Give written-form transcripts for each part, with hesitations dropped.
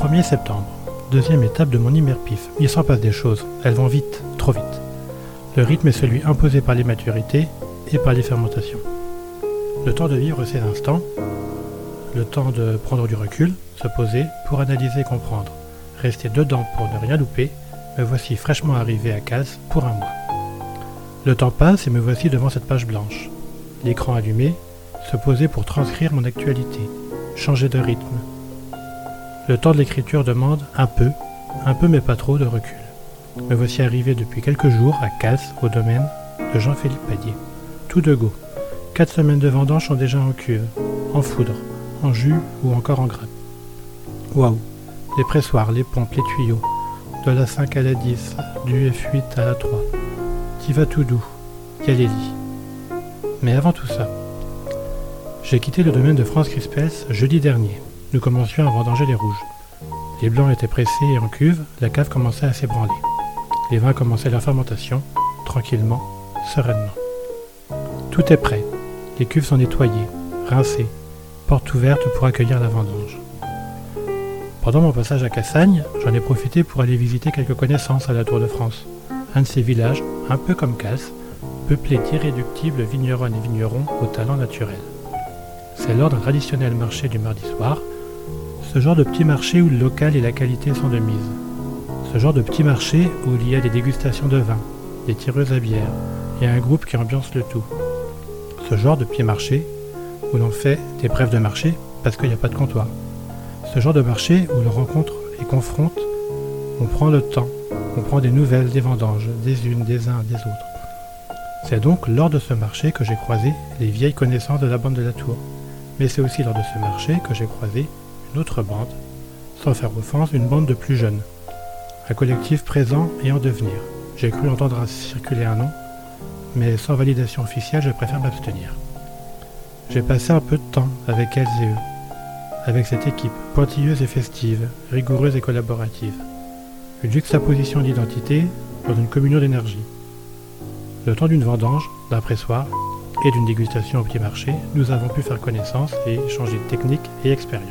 1er septembre. Deuxième étape de mon hymerpif. Il s'en passe des choses. Elles vont vite, trop vite. Le rythme est celui imposé par les maturités et par les fermentations. Le temps de vivre ces instants, le temps de prendre du recul, se poser pour analyser et comprendre. Rester dedans pour ne rien louper, me voici fraîchement arrivé à Cals pour un mois. Le temps passe et me voici devant cette page blanche. L'écran allumé, se poser pour transcrire mon actualité, changer de rythme. Le temps de l'écriture demande un peu mais pas trop de recul. Me voici arrivé depuis quelques jours à Cals, au domaine de Jean-Philippe Padier. Tout de go. 4 semaines de vendange sont déjà en cuve, en foudre, en jus ou encore en grappe. Waouh! Les pressoirs, les pompes, les tuyaux, de la 5 à la 10, du F8 à la 3. T'y vas tout doux, y allez-y. Mais avant tout ça, j'ai quitté le domaine de France Crispels jeudi dernier. Nous commencions à vendanger les rouges. Les blancs étaient pressés et en cuve, la cave commençait à s'ébranler. Les vins commençaient leur fermentation, tranquillement, sereinement. Tout est prêt. Les cuves sont nettoyées, rincées, portes ouvertes pour accueillir la vendange. Pendant mon passage à Cassagne, j'en ai profité pour aller visiter quelques connaissances à la Tour de France. Un de ces villages, un peu comme Cals, peuplé d'irréductibles vigneronnes et vignerons au talent naturel. C'est lors d'un traditionnel marché du mardi soir, ce genre de petit marché où le local et la qualité sont de mise. Ce genre de petit marché où il y a des dégustations de vin, des tireuses à bière et un groupe qui ambiance le tout. Ce genre de petit marché où l'on fait des brèves de marché parce qu'il n'y a pas de comptoir. Ce genre de marché où l'on rencontre et confronte, on prend le temps, on prend des nouvelles des vendanges, des unes, des uns, des autres. C'est donc lors de ce marché que j'ai croisé les vieilles connaissances de la bande de la Tour. Mais c'est aussi lors de ce marché que j'ai croisé une autre bande, sans faire offense, une bande de plus jeunes. Un collectif présent et en devenir. J'ai cru entendre circuler un nom, mais sans validation officielle, je préfère m'abstenir. J'ai passé un peu de temps avec elles et eux, avec cette équipe, pointilleuse et festive, rigoureuse et collaborative. Une juxtaposition d'identité dans une communion d'énergie. Le temps d'une vendange, d'un pressoir et d'une dégustation au pied marché, nous avons pu faire connaissance et échanger de techniques et expériences.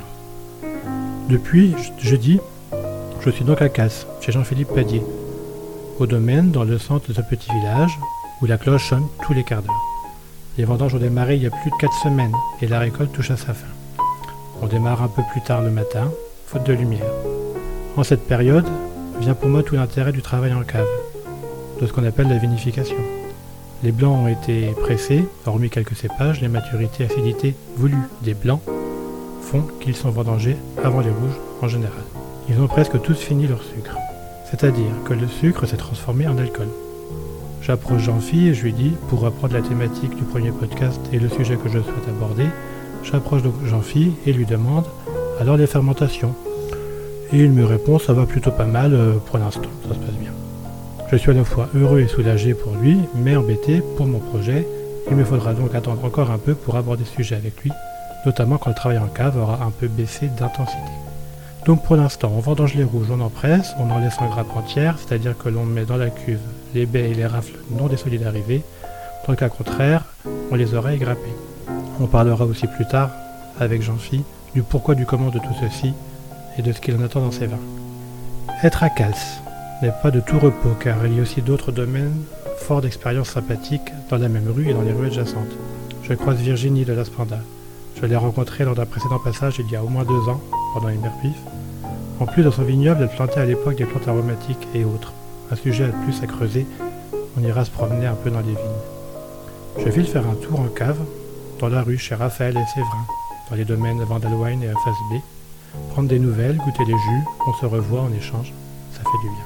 Depuis jeudi, je suis donc à Cals, chez Jean-Philippe Padier, au domaine dans le centre de ce petit village où la cloche sonne tous les quarts d'heure. Les vendanges ont démarré il y a plus de 4 semaines et la récolte touche à sa fin. On démarre un peu plus tard le matin, faute de lumière. En cette période, vient pour moi tout l'intérêt du travail en cave, de ce qu'on appelle la vinification. Les blancs ont été pressés, hormis quelques cépages, les maturités et acidités voulues des blancs font qu'ils sont vendangés avant les rouges en général. Ils ont presque tous fini leur sucre, c'est-à-dire que le sucre s'est transformé en alcool. J'approche Jean-Phi et je lui dis, pour reprendre la thématique du premier podcast et le sujet que je souhaite aborder, j'approche donc Jean-Phi et lui demande « Alors les fermentations ?» Et il me répond « Ça va plutôt pas mal pour l'instant, ça se passe bien. » Je suis à la fois heureux et soulagé pour lui, mais embêté pour mon projet. Il me faudra donc attendre encore un peu pour aborder ce sujet avec lui, notamment quand le travail en cave aura un peu baissé d'intensité. Donc pour l'instant, on vendange les rouges, on en presse, on en laisse en grappe entière, c'est-à-dire que l'on met dans la cuve les baies et les rafles non des solides arrivés. Dans le cas contraire, on les aurait égrappés. On parlera aussi plus tard, avec Jean-Phi, du pourquoi du comment de tout ceci et de ce qu'il en attend dans ses vins. Être à Cals n'est pas de tout repos, car il y a aussi d'autres domaines forts d'expériences sympathiques dans la même rue et dans les rues adjacentes. Je croise Virginie de l'Aspanda. Je l'ai rencontrée lors d'un précédent passage il y a au moins 2 ans, pendant l'hymerpif. En plus de son vignoble, elle plantait à l'époque des plantes aromatiques et autres. Un sujet de plus à creuser, on ira se promener un peu dans les vignes. Je file faire un tour en cave, dans la rue chez Raphaël et Séverin, dans les domaines Vandalwine et Face B, prendre des nouvelles, goûter les jus, on se revoit, on échange, ça fait du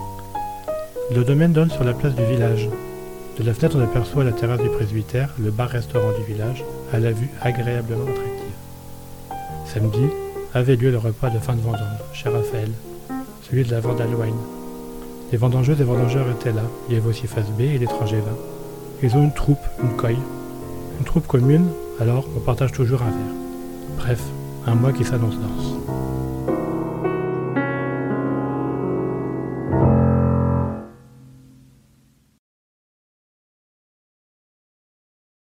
bien. Le domaine donne sur la place du village. De la fenêtre, on aperçoit la terrasse du presbytère, le bar-restaurant du village, à la vue agréablement attractive. Samedi avait lieu le repas de fin de vendange, chez Raphaël, celui de la Vandalwine. Les vendangeuses et vendangeurs étaient là, il y avait aussi Face B et l'étranger vin. Ils ont une troupe, une coille. Une troupe commune, alors on partage toujours un verre. Bref, un mois qui s'annonce dense.